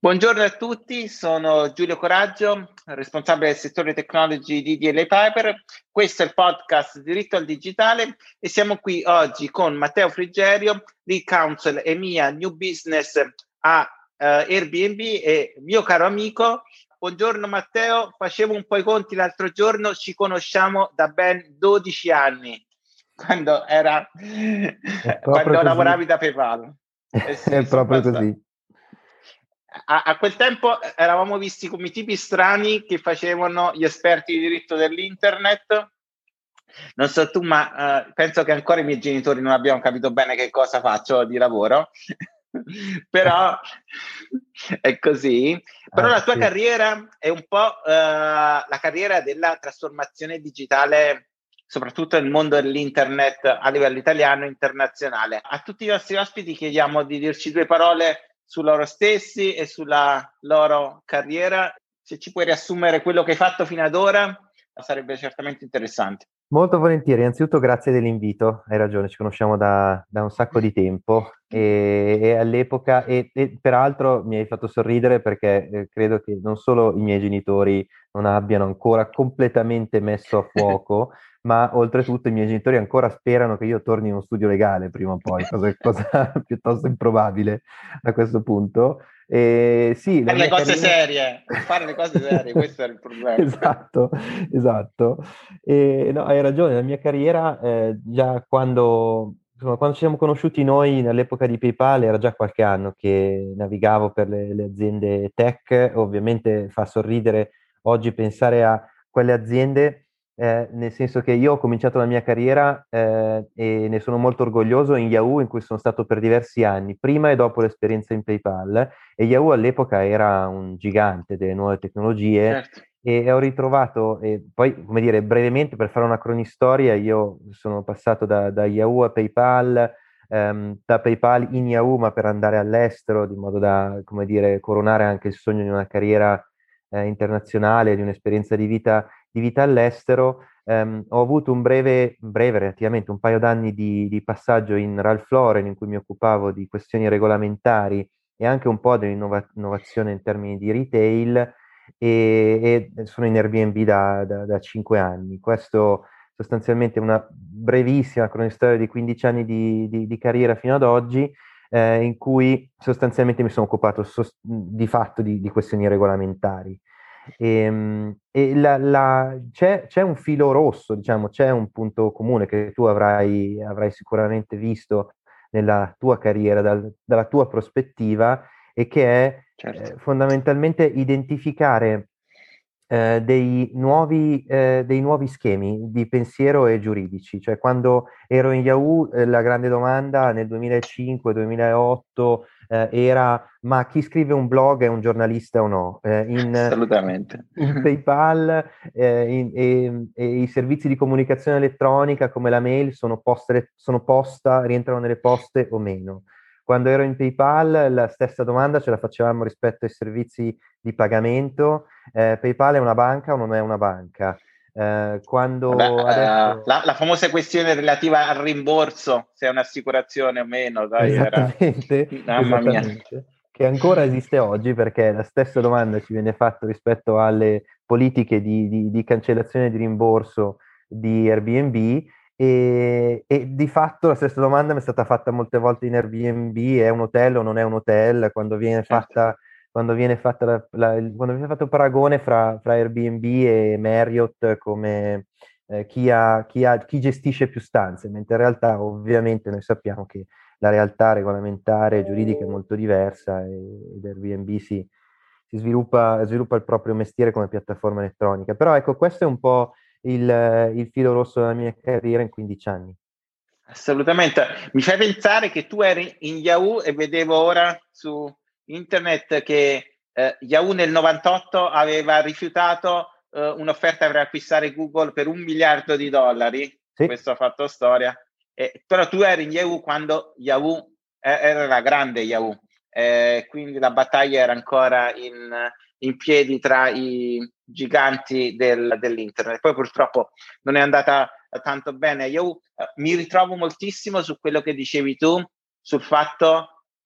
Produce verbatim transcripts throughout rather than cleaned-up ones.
Buongiorno a tutti, sono Giulio Coraggio, responsabile del settore technology di D L Piper. Questo è il podcast Diritto al Digitale e siamo qui oggi con Matteo Frigerio, Lead Counsel E M E A New Business a uh, Airbnb e mio caro amico. Buongiorno Matteo, facevo un po' i conti l'altro giorno, ci conosciamo da ben dodici anni, quando, era, quando così. lavoravi da PayPal. Eh sì, È proprio basta. così. A, a quel tempo eravamo visti come i tipi strani che facevano gli esperti di diritto dell'internet. Non so tu, ma uh, penso che ancora i miei genitori non abbiano capito bene che cosa faccio di lavoro. Però è così. Però Ah, la tua sì. carriera è un po' uh, la carriera della trasformazione digitale, soprattutto nel mondo dell'internet a livello italiano e internazionale. A tutti i nostri ospiti chiediamo di dirci due parole su loro stessi e sulla loro carriera. Se ci puoi riassumere quello che hai fatto fino ad ora, sarebbe certamente interessante. Molto volentieri, innanzitutto grazie dell'invito, hai ragione, ci conosciamo da, da un sacco di tempo e, e all'epoca, e, e peraltro mi hai fatto sorridere perché eh, credo che non solo i miei genitori non abbiano ancora completamente messo a fuoco, ma oltretutto i miei genitori ancora sperano che io torni in uno studio legale prima o poi, cosa, cosa piuttosto improbabile a questo punto. E sì, la Fare le mia cose carriera... serie, fare le cose serie, questo era il problema. Esatto, esatto. E, no, hai ragione, la mia carriera eh, già quando, insomma, quando ci siamo conosciuti noi nell'epoca di PayPal era già qualche anno che navigavo per le, le aziende tech, ovviamente fa sorridere oggi pensare a quelle aziende, eh, nel senso che io ho cominciato la mia carriera eh, e ne sono molto orgoglioso in Yahoo in cui sono stato per diversi anni, prima e dopo l'esperienza in PayPal, e Yahoo all'epoca era un gigante delle nuove tecnologie Certo. e ho ritrovato, e poi come dire brevemente per fare una cronistoria, io sono passato da, da Yahoo a PayPal, ehm, da PayPal in Yahoo ma per andare all'estero, di modo da, come dire, coronare anche il sogno di una carriera eh, internazionale, di un'esperienza di vita, di vita all'estero. Um, ho avuto un breve, breve relativamente, un paio d'anni di, di passaggio in Ralph Lauren in cui mi occupavo di questioni regolamentari e anche un po' dell'innovazione in termini di retail e, e sono in Airbnb da, da, da cinque anni. Questo sostanzialmente è una brevissima cronistoria di quindici anni di, di, di carriera fino ad oggi, eh, in cui sostanzialmente mi sono occupato sost- di fatto di, di questioni regolamentari. E, e la, la, c'è, c'è un filo rosso, diciamo, c'è un punto comune che tu avrai, avrai sicuramente visto nella tua carriera, dal, dalla tua prospettiva, e che è Certo. eh, fondamentalmente identificare eh, dei nuovi, eh, dei nuovi schemi di pensiero e giuridici. Cioè, quando ero in Yahoo, eh, la grande domanda nel duemilacinque-duemilaotto eh, era: ma chi scrive un blog è un giornalista o no? Eh, in, Assolutamente. in PayPal eh, in- e, e i servizi di comunicazione elettronica come la mail sono, poste, sono posta, rientrano nelle poste o meno. Quando ero in PayPal la stessa domanda ce la facevamo rispetto ai servizi di pagamento. Eh, PayPal è una banca o non è una banca? Eh, Vabbè, quando eh, adesso... la, la famosa questione relativa al rimborso, se è un'assicurazione o meno, dai, era... Esattamente, Mamma mia. esattamente, che ancora esiste oggi perché la stessa domanda ci viene fatta rispetto alle politiche di, di- di cancellazione di rimborso di Airbnb e, e di fatto la stessa domanda mi è stata fatta molte volte in Airbnb: è un hotel o non è un hotel? Quando viene Certo. fatta, quando viene fatta la- la- il- quando viene fatto il paragone fra, fra Airbnb e Marriott come eh, chi ha- chi ha- chi gestisce più stanze, mentre in realtà ovviamente noi sappiamo che la realtà regolamentare e giuridica è molto diversa e- ed Airbnb si, si sviluppa, sviluppa il proprio mestiere come piattaforma elettronica. Però ecco, questo è un po' il, il filo rosso della mia carriera in quindici anni. Assolutamente. Mi fai pensare che tu eri in Yahoo e vedevo ora su internet che eh, Yahoo nel novantotto aveva rifiutato eh, un'offerta per acquistare Google per un miliardo di dollari. Sì, Questo ha fatto storia. Eh, però tu eri in Yahoo quando Yahoo eh, era la grande Yahoo, eh, quindi la battaglia era ancora in, in piedi tra i giganti del, dell'internet. Poi purtroppo non è andata tanto bene. Io uh, mi ritrovo moltissimo su quello che dicevi tu, sul fatto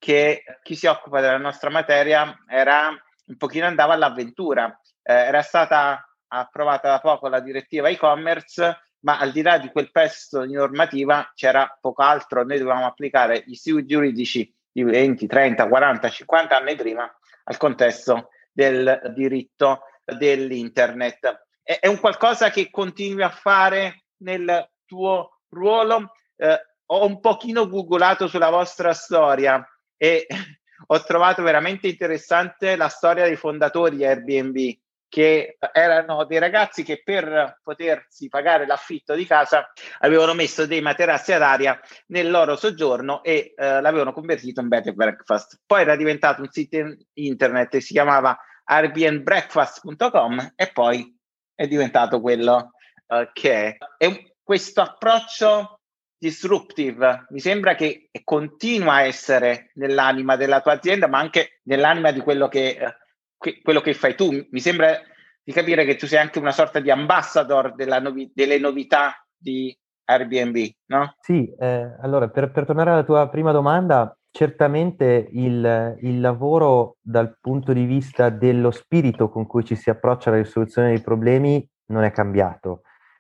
che chi si occupa della nostra materia era un pochino andava all'avventura. Eh, era stata approvata da poco la direttiva e-commerce, ma al di là di quel pezzo di normativa c'era poco altro. Noi dovevamo applicare gli istituti giuridici di venti, trenta, quaranta, cinquanta anni prima al contesto del diritto dell'internet. È, è un qualcosa che continui a fare nel tuo ruolo? Eh, ho un pochino googolato sulla vostra storia e ho trovato veramente interessante la storia dei fondatori di Airbnb, che erano dei ragazzi che per potersi pagare l'affitto di casa avevano messo dei materassi ad aria nel loro soggiorno e eh, l'avevano convertito in bed and breakfast. Poi era diventato un sito internet che si chiamava airbnb breakfast punto com e poi è diventato quello uh, che è. E questo approccio disruptive mi sembra che continua a essere nell'anima della tua azienda, ma anche nell'anima di quello che, uh, quello che fai tu. Mi sembra di capire che tu sei anche una sorta di ambassador della novi- delle novità di Airbnb, no? Sì, eh, allora per, per tornare alla tua prima domanda, certamente il, il lavoro dal punto di vista dello spirito con cui ci si approccia alla risoluzione dei problemi non è cambiato.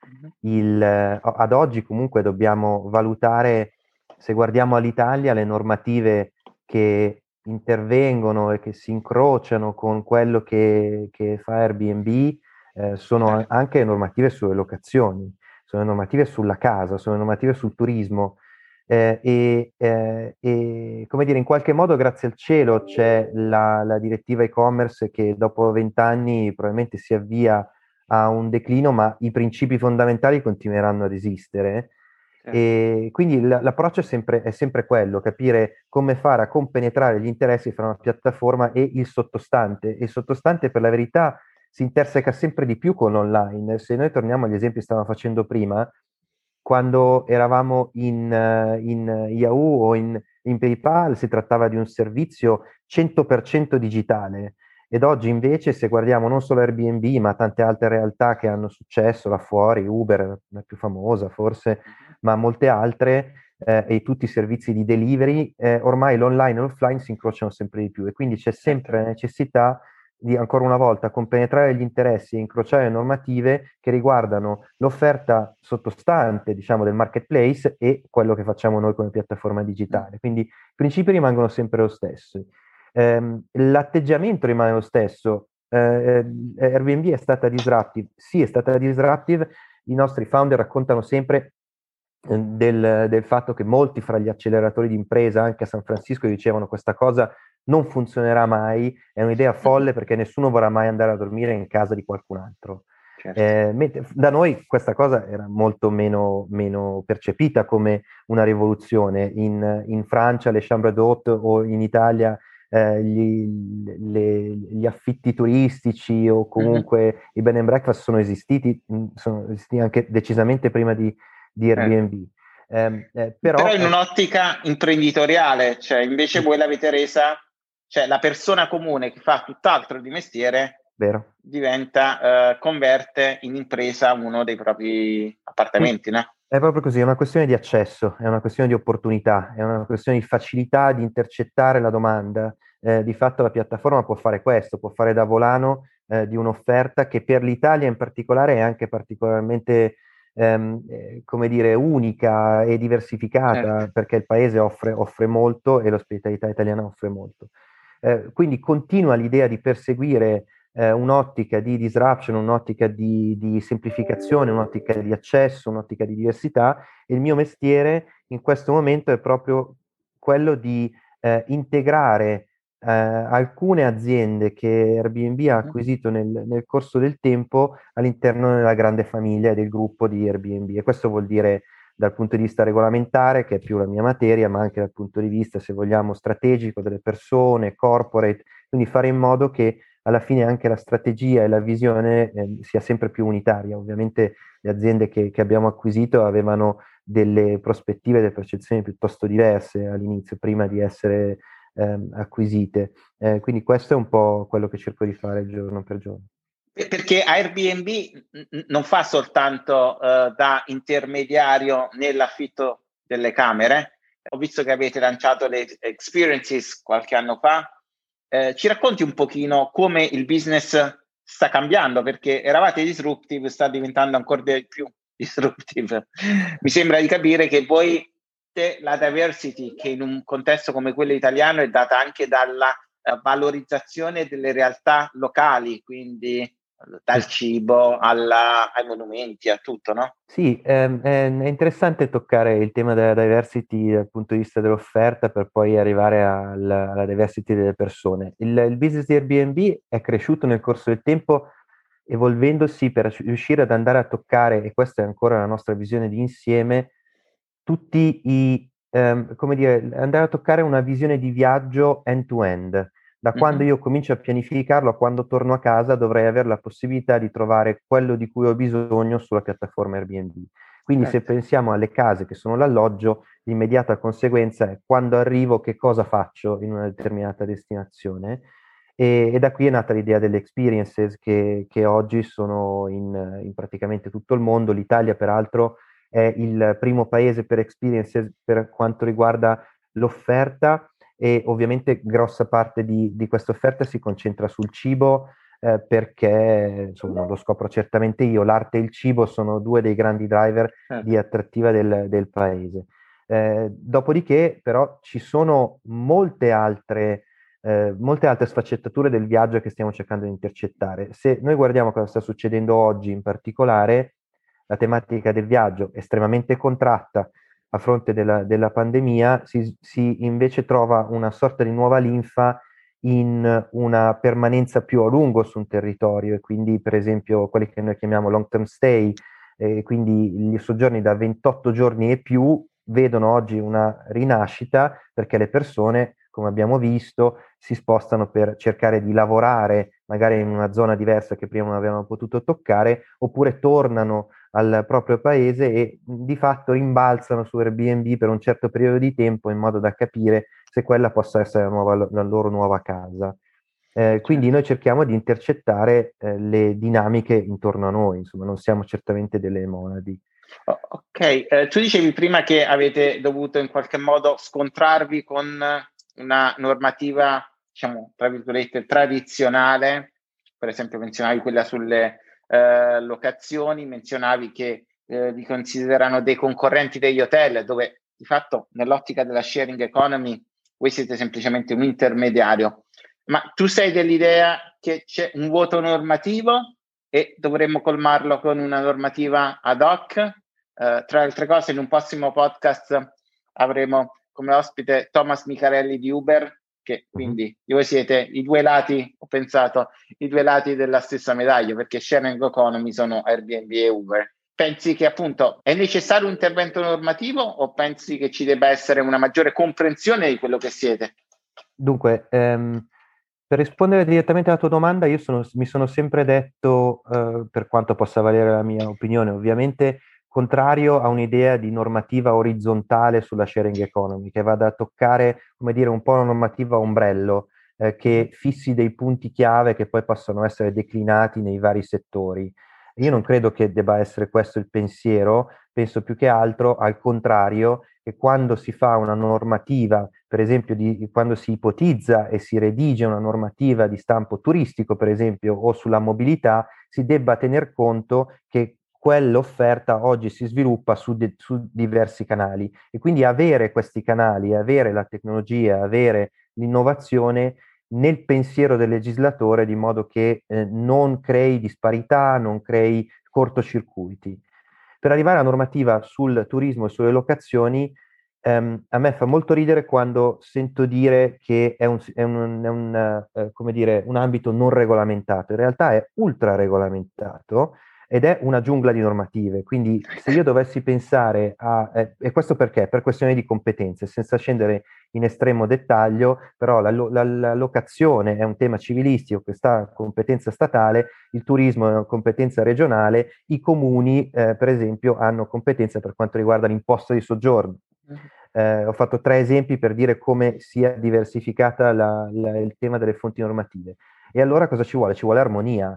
Il, eh, ad oggi comunque dobbiamo valutare, se guardiamo all'Italia, le normative che intervengono e che si incrociano con quello che, che fa Airbnb, eh, sono anche normative sulle locazioni, sono normative sulla casa, sono normative sul turismo. Eh, e, eh, e come dire, in qualche modo, grazie al cielo, c'è la, la direttiva e-commerce che dopo vent'anni probabilmente si avvia a un declino, ma i principi fondamentali continueranno ad esistere. Certo. E quindi l- l'approccio è sempre, è sempre quello, capire come fare a compenetrare gli interessi fra una piattaforma e il sottostante. E il sottostante, per la verità, si interseca sempre di più con l'online. Se noi torniamo agli esempi che stavamo facendo prima, quando eravamo in, uh, in Yahoo o in, in PayPal si trattava di un servizio cento per cento digitale. Ed oggi invece, se guardiamo non solo Airbnb, ma tante altre realtà che hanno successo là fuori, Uber, la più famosa forse, uh-huh. ma molte altre, eh, e tutti i servizi di delivery, eh, ormai l'online e l'offline si incrociano sempre di più e quindi c'è sempre la necessità di, ancora una volta, compenetrare gli interessi e incrociare le normative che riguardano l'offerta sottostante, diciamo, del marketplace e quello che facciamo noi come piattaforma digitale. Quindi i principi rimangono sempre lo stesso. Eh, l'atteggiamento rimane lo stesso. Eh, Airbnb è stata disruptive, sì, è stata disruptive. I nostri founder raccontano sempre eh, del, del fatto che molti fra gli acceleratori di impresa, anche a San Francisco, dicevano questa cosa non funzionerà mai, è un'idea folle perché nessuno vorrà mai andare a dormire in casa di qualcun altro. Certo. Eh, mentre da noi questa cosa era molto meno, meno percepita come una rivoluzione. In, in Francia le chambre d'hôte o in Italia eh, gli, le, gli affitti turistici o comunque mm-hmm. i bed and breakfast sono esistiti, sono esistiti anche decisamente prima di, di Airbnb. Eh, eh, però, però in un'ottica imprenditoriale, cioè invece voi l'avete resa, cioè la persona comune che fa tutt'altro di mestiere vero. diventa, eh, converte in impresa uno dei propri appartamenti, no? È proprio così, è una questione di accesso, è una questione di opportunità, è una questione di facilità di intercettare la domanda. Eh, di fatto la piattaforma può fare questo, può fare da volano eh, di un'offerta che per l'Italia in particolare è anche particolarmente, ehm, eh, come dire, unica e diversificata, certo. Perché il paese offre, offre molto e l'ospitalità italiana offre molto. Eh, quindi continua l'idea di perseguire Eh, un'ottica di disruption, un'ottica di, di semplificazione, un'ottica di accesso, un'ottica di diversità. E il mio mestiere in questo momento è proprio quello di eh, integrare eh, alcune aziende che Airbnb ha acquisito nel, nel corso del tempo all'interno della grande famiglia e del gruppo di Airbnb. E questo vuol dire dal punto di vista regolamentare, che è più la mia materia, ma anche dal punto di vista, se vogliamo, strategico delle persone, corporate, quindi fare in modo che alla fine anche la strategia e la visione eh, sia sempre più unitaria. Ovviamente le aziende che, che abbiamo acquisito avevano delle prospettive, delle percezioni piuttosto diverse all'inizio, prima di essere ehm, acquisite. Eh, quindi questo è un po' quello che cerco di fare giorno per giorno. Perché Airbnb non fa soltanto uh, da intermediario nell'affitto delle camere, Ho visto che avete lanciato le experiences qualche anno fa. Eh, ci racconti un pochino come il business sta cambiando, perché eravate disruptive, sta diventando ancora di più disruptive. Mi sembra di capire che voi la diversity, che in un contesto come quello italiano è data anche dalla uh, valorizzazione delle realtà locali, quindi dal cibo alla, ai monumenti, a tutto, no? Sì, ehm, è, è interessante toccare il tema della diversity dal punto di vista dell'offerta per poi arrivare alla, alla diversity delle persone. Il, il business di Airbnb è cresciuto nel corso del tempo, evolvendosi per riuscire ad andare a toccare, e questa è ancora la nostra visione di insieme, tutti i, ehm, come dire, andare a toccare una visione di viaggio end-to-end. Da quando Mm-hmm. io comincio a pianificarlo a quando torno a casa dovrei avere la possibilità di trovare quello di cui ho bisogno sulla piattaforma Airbnb. Quindi se Certo. pensiamo alle case che sono l'alloggio, l'immediata conseguenza è quando arrivo che cosa faccio in una determinata destinazione. E, e da qui è nata l'idea delle experiences che, che oggi sono in, in praticamente tutto il mondo. L'Italia peraltro è il primo paese per experiences per quanto riguarda l'offerta, e ovviamente grossa parte di, di questa offerta si concentra sul cibo, eh, perché insomma non lo scopro certamente io, l'arte e il cibo sono due dei grandi driver Certo. di attrattiva del, del paese. Eh, dopodiché però ci sono molte altre, eh, molte altre sfaccettature del viaggio che stiamo cercando di intercettare. Se noi guardiamo cosa sta succedendo oggi in particolare, la tematica del viaggio estremamente contratta a fronte della, della pandemia, si, si invece trova una sorta di nuova linfa in una permanenza più a lungo su un territorio, e quindi per esempio quelli che noi chiamiamo long term stay, eh, quindi i soggiorni da ventotto giorni e più, vedono oggi una rinascita perché le persone, come abbiamo visto, si spostano per cercare di lavorare magari in una zona diversa che prima non avevano potuto toccare, oppure tornano al proprio paese e di fatto rimbalzano su Airbnb per un certo periodo di tempo in modo da capire se quella possa essere la, nuova, la loro nuova casa. Eh, quindi Certo. noi cerchiamo di intercettare eh, le dinamiche intorno a noi, insomma, non siamo certamente delle monadi. Oh, ok, eh, tu dicevi prima che avete dovuto in qualche modo scontrarvi con una normativa, diciamo, tra virgolette, tradizionale, per esempio menzionavi quella sulle eh, locazioni, menzionavi che eh, vi considerano dei concorrenti degli hotel, dove di fatto nell'ottica della sharing economy voi siete semplicemente un intermediario. Ma tu sei dell'idea che c'è un vuoto normativo e dovremmo colmarlo con una normativa ad hoc? Uh, tra le altre cose, in un prossimo podcast avremo come ospite Thomas Micarelli di Uber, che quindi uh-huh. voi siete i due lati, ho pensato, i due lati della stessa medaglia, perché sharing economy sono Airbnb e Uber. Pensi che appunto è necessario un intervento normativo o pensi che ci debba essere una maggiore comprensione di quello che siete? Dunque, ehm, per rispondere direttamente alla tua domanda, io sono, mi sono sempre detto, eh, per quanto possa valere la mia opinione, ovviamente contrario a un'idea di normativa orizzontale sulla sharing economy, che vada a toccare, come dire, un po' una normativa ombrello, eh, che fissi dei punti chiave che poi possono essere declinati nei vari settori. Io non credo che debba essere questo il pensiero, penso più che altro al contrario, che quando si fa una normativa, per esempio di, quando si ipotizza e si redige una normativa di stampo turistico, per esempio, o sulla mobilità, si debba tener conto che quell'offerta oggi si sviluppa su, de, su diversi canali, e quindi avere questi canali, avere la tecnologia, avere l'innovazione nel pensiero del legislatore, di modo che eh, non crei disparità, non crei cortocircuiti. Per arrivare alla normativa sul turismo e sulle locazioni, ehm, a me fa molto ridere quando sento dire che è un, è un, è un eh, come dire, un ambito non regolamentato. In realtà è ultra regolamentato ed è una giungla di normative. Quindi se io dovessi pensare a... Eh, e questo perché? Per questioni di competenze, senza scendere in estremo dettaglio, però la, la, la locazione è un tema civilistico che sta a competenza statale, il turismo è una competenza regionale, i comuni eh, per esempio hanno competenza per quanto riguarda l'imposta di soggiorno. Eh, ho fatto tre esempi per dire come sia diversificata la, la, il tema delle fonti normative. E allora cosa ci vuole? Ci vuole armonia.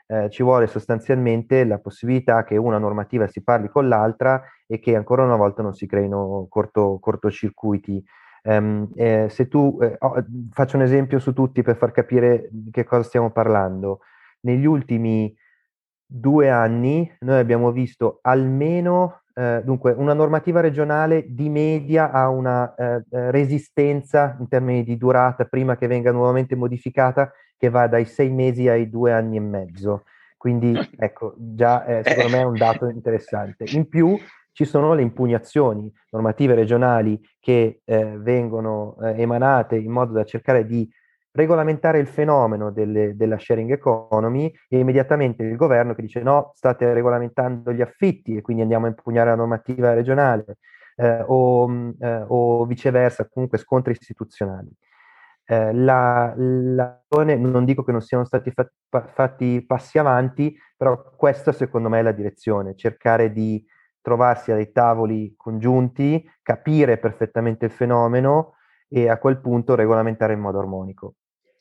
eh, ci vuole sostanzialmente la possibilità che una normativa si parli con l'altra e che ancora una volta non si creino corto, cortocircuiti. Um, eh, se tu, eh, oh, faccio un esempio su tutti per far capire di che cosa stiamo parlando. Negli ultimi due anni noi abbiamo visto almeno, eh, dunque, una normativa regionale di media ha una eh, eh, resistenza in termini di durata prima che venga nuovamente modificata, che va dai sei mesi ai due anni e mezzo. Quindi, ecco, già eh, secondo me è un dato interessante. In più ci sono le impugnazioni normative regionali che eh, vengono eh, emanate in modo da cercare di regolamentare il fenomeno delle, della sharing economy, e immediatamente il governo che dice no, state regolamentando gli affitti e quindi andiamo a impugnare la normativa regionale, eh, o, eh, o viceversa, comunque scontri istituzionali. Eh, la, la, non dico che non siano stati fat, fatti passi avanti, però questa secondo me è la direzione, cercare di trovarsi a dei tavoli congiunti, capire perfettamente il fenomeno e a quel punto regolamentare in modo armonico.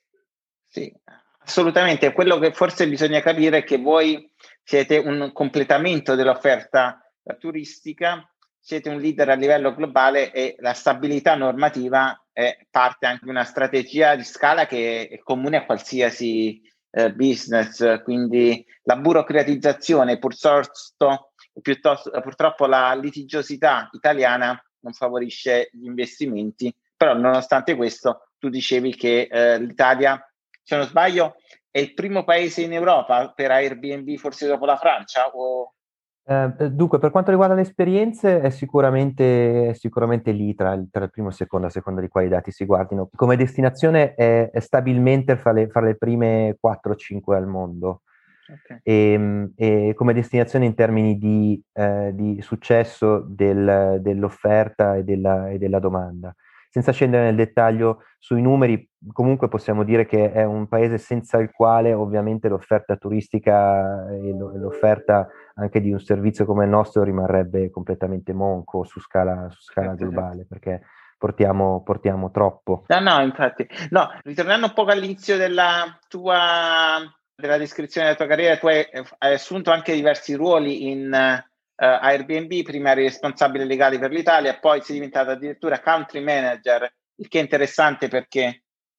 Sì, assolutamente. Quello che forse bisogna capire è che voi siete un completamento dell'offerta turistica, siete un leader a livello globale e la stabilità normativa è parte anche di una strategia di scala che è comune a qualsiasi eh, business, quindi la burocratizzazione, piuttosto, piuttosto, purtroppo la litigiosità italiana non favorisce gli investimenti, però nonostante questo tu dicevi che eh, l'Italia, se non sbaglio, è il primo paese in Europa per Airbnb, forse dopo la Francia? O... Eh, dunque, per quanto riguarda le esperienze, è sicuramente, è sicuramente lì tra il, tra il primo e il secondo, a seconda di quali dati si guardino. Come destinazione è, è stabilmente fra le, fra le prime quattro cinque al mondo. Okay. E, e come destinazione in termini di, eh, di successo del, dell'offerta e della, e della domanda. Senza scendere nel dettaglio sui numeri, comunque possiamo dire che è un paese senza il quale ovviamente l'offerta turistica e l'offerta anche di un servizio come il nostro rimarrebbe completamente monco su scala, su scala certo, globale, certo. Perché portiamo, portiamo troppo. No, no, infatti. No, ritornando un po' all'inizio della tua della descrizione della tua carriera, tu hai, hai assunto anche diversi ruoli in uh, Airbnb, prima eri responsabile legale per l'Italia, poi sei diventato addirittura country manager, il che è interessante perché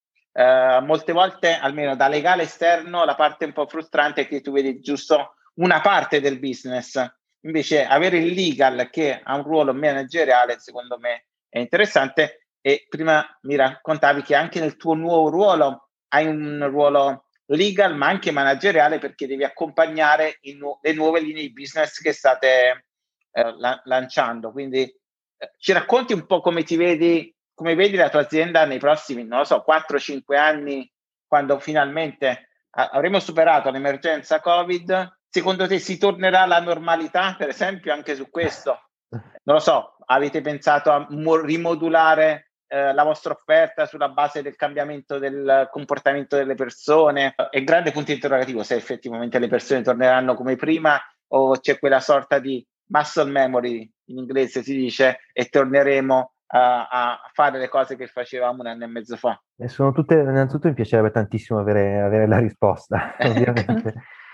uh, molte volte, almeno da legale esterno, la parte un po' frustrante è che tu vedi giusto una parte del business, invece avere il legal che ha un ruolo manageriale secondo me è interessante. E prima mi raccontavi che anche nel tuo nuovo ruolo hai un ruolo legal ma anche manageriale, perché devi accompagnare nu- le nuove linee di business che state eh, la- lanciando, quindi eh, ci racconti un po' come ti vedi, come vedi la tua azienda nei prossimi, non lo so, quattro cinque anni, quando finalmente a- avremo superato l'emergenza Covid. Secondo te si tornerà alla normalità, per esempio, anche su questo? Non lo so, avete pensato a mo- rimodulare eh, la vostra offerta sulla base del cambiamento del comportamento delle persone? È grande punto interrogativo se effettivamente le persone torneranno come prima o c'è quella sorta di muscle memory, in inglese si dice, e torneremo a, a fare le cose che facevamo un anno e mezzo fa. E sono tutte, innanzitutto mi piacerebbe tantissimo avere, avere la risposta, ovviamente.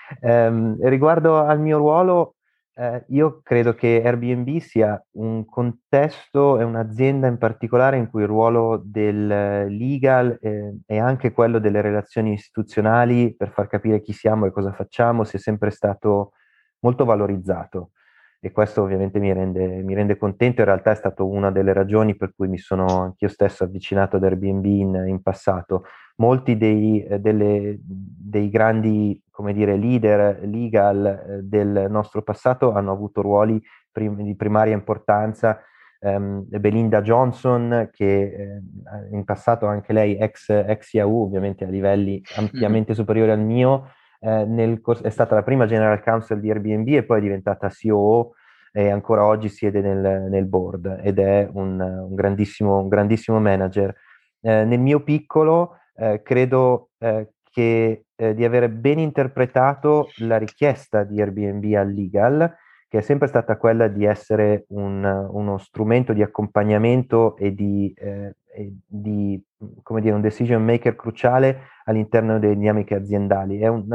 Um, riguardo al mio ruolo, eh, io credo che Airbnb sia un contesto e un'azienda in particolare in cui il ruolo del legal eh, e anche quello delle relazioni istituzionali per far capire chi siamo e cosa facciamo sia sempre stato molto valorizzato. E questo ovviamente mi rende, mi rende contento. In realtà è stata una delle ragioni per cui mi sono anch'io stesso avvicinato ad Airbnb in, in passato. Molti dei, eh, delle, dei grandi, come dire, leader legal eh, del nostro passato hanno avuto ruoli prim- di primaria importanza. Um, Belinda Johnson, che eh, in passato anche lei ex, ex Yahoo, ovviamente a livelli ampiamente superiori al mio, Eh, nel cor- è stata la prima general counsel di Airbnb e poi è diventata C O O e ancora oggi siede nel, nel board ed è un, un grandissimo, un grandissimo manager. Eh, nel mio piccolo eh, credo eh, che eh, di avere ben interpretato la richiesta di Airbnb al legal, che è sempre stata quella di essere un, uno strumento di accompagnamento e di, eh, e di, come dire, un decision maker cruciale all'interno delle dinamiche aziendali. È un,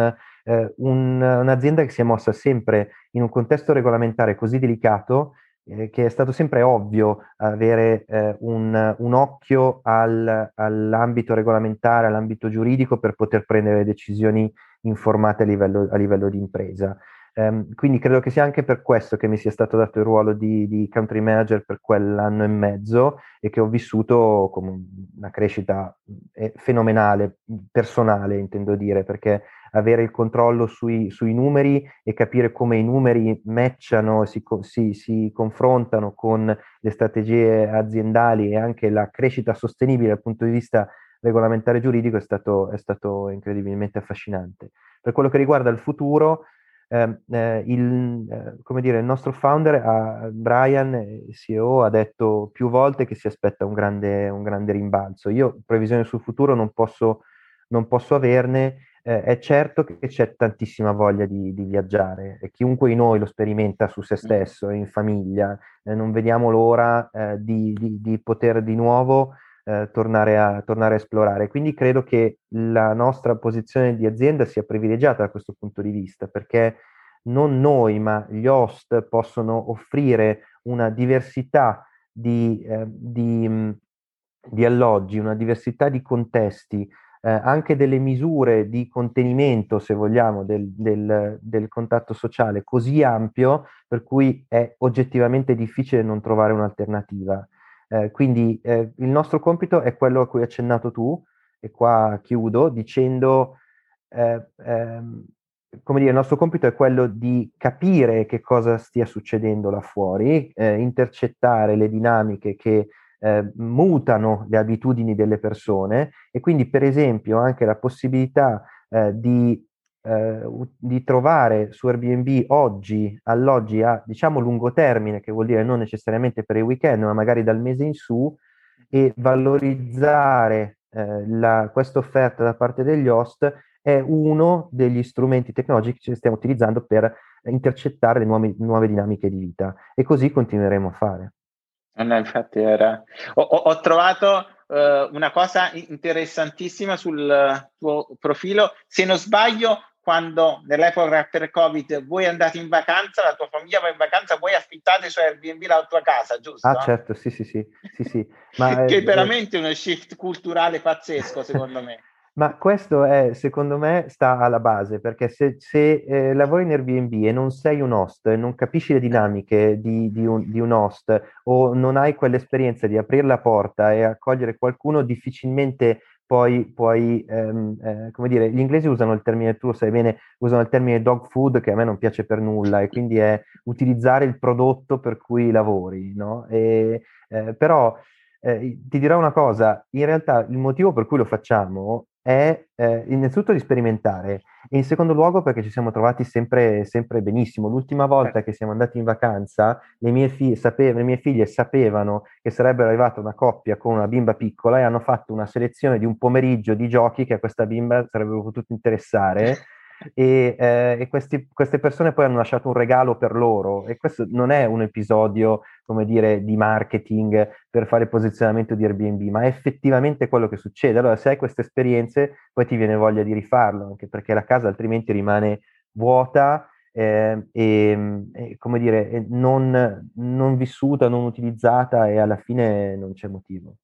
eh, un, un'azienda che si è mossa sempre in un contesto regolamentare così delicato, eh, che è stato sempre ovvio avere eh, un, un occhio al, all'ambito regolamentare, all'ambito giuridico per poter prendere decisioni informate a livello, a livello di impresa. Um, quindi credo che sia anche per questo che mi sia stato dato il ruolo di, di country manager per quell'anno e mezzo e che ho vissuto come una crescita eh, fenomenale, personale intendo dire, perché avere il controllo sui, sui numeri e capire come i numeri matchano, si, si, si confrontano con le strategie aziendali e anche la crescita sostenibile dal punto di vista regolamentare e giuridico è stato, è stato incredibilmente affascinante. Per quello che riguarda il futuro, eh, eh, il, eh, come dire, il nostro founder, eh, Brian, il C E O, ha detto più volte che si aspetta un grande, un grande rimbalzo. Io previsioni sul futuro non posso, non posso averne. Eh, è certo che c'è tantissima voglia di, di viaggiare e chiunque di noi lo sperimenta su se stesso, in famiglia, eh, non vediamo l'ora eh, di, di, di poter di nuovo eh, tornare a, tornare a esplorare. Quindi credo che la nostra posizione di azienda sia privilegiata da questo punto di vista, perché non noi, ma gli host possono offrire una diversità di, eh, di, mh, di alloggi, una diversità di contesti, eh, anche delle misure di contenimento, se vogliamo, del, del, del contatto sociale così ampio per cui è oggettivamente difficile non trovare un'alternativa. Eh, quindi eh, il nostro compito è quello a cui hai accennato tu, e qua chiudo dicendo, eh, ehm, come dire, il nostro compito è quello di capire che cosa stia succedendo là fuori, eh, intercettare le dinamiche che eh, mutano le abitudini delle persone e quindi per esempio anche la possibilità eh, di eh, di trovare su Airbnb oggi, alloggi a diciamo lungo termine, che vuol dire non necessariamente per i weekend, ma magari dal mese in su, e valorizzare eh, la, questa offerta da parte degli host è uno degli strumenti tecnologici che stiamo utilizzando per intercettare le nuove, nuove dinamiche di vita e così continueremo a fare. No, infatti era... ho, ho, ho trovato uh, una cosa interessantissima sul tuo profilo. Se non sbaglio, quando nell'epoca per Covid voi andate in vacanza, la tua famiglia va in vacanza, voi affittate su Airbnb la tua casa, giusto? Ah, certo, sì, sì, sì, sì, sì. Ma, che è eh, veramente uno shift culturale pazzesco, secondo me. Ma questo è, secondo me, sta alla base, perché se, se eh, lavori in Airbnb e non sei un host, non capisci le dinamiche di, di, un, di un host o non hai quell'esperienza di aprire la porta e accogliere qualcuno, difficilmente poi puoi, ehm, eh, come dire, gli inglesi usano il termine, tu lo sai bene, usano il termine dog food che a me non piace per nulla e quindi è utilizzare il prodotto per cui lavori, no? E, eh, però eh, ti dirò una cosa, in realtà il motivo per cui lo facciamo è eh, innanzitutto di sperimentare e in secondo luogo perché ci siamo trovati sempre, sempre benissimo. L'ultima volta che siamo andati in vacanza, le mie, fi- sape- le mie figlie sapevano che sarebbero arrivata una coppia con una bimba piccola e hanno fatto una selezione di un pomeriggio di giochi che a questa bimba sarebbero potuti interessare. E, eh, e questi, queste persone poi hanno lasciato un regalo per loro e questo non è un episodio, come dire, di marketing per fare il posizionamento di Airbnb, ma è effettivamente quello che succede. Allora, se hai queste esperienze, poi ti viene voglia di rifarlo, anche perché la casa altrimenti rimane vuota eh, e, e, come dire, non, non vissuta, non utilizzata e alla fine non c'è motivo.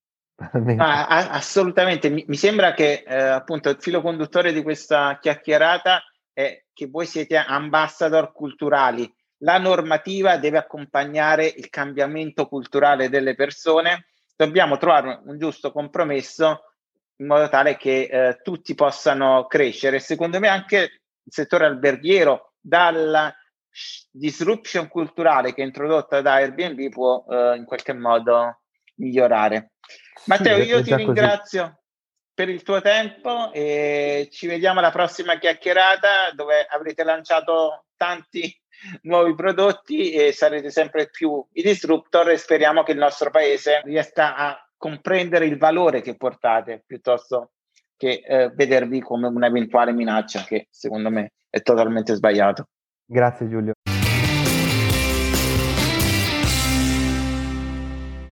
Ah, assolutamente, mi, mi sembra che eh, appunto il filo conduttore di questa chiacchierata è che voi siete ambassador culturali. La normativa deve accompagnare il cambiamento culturale delle persone. Dobbiamo trovare un giusto compromesso in modo tale che eh, tutti possano crescere. Secondo me anche il settore alberghiero, dalla disruption culturale che è introdotta da Airbnb, può eh, in qualche modo migliorare. Matteo, Sì, io è ti già così. ringrazio per il tuo tempo e ci vediamo alla prossima chiacchierata dove avrete lanciato tanti nuovi prodotti e sarete sempre più i disruptor e speriamo che il nostro paese riesca a comprendere il valore che portate piuttosto che eh, vedervi come un'eventuale minaccia che secondo me è totalmente sbagliato. Grazie Giulio.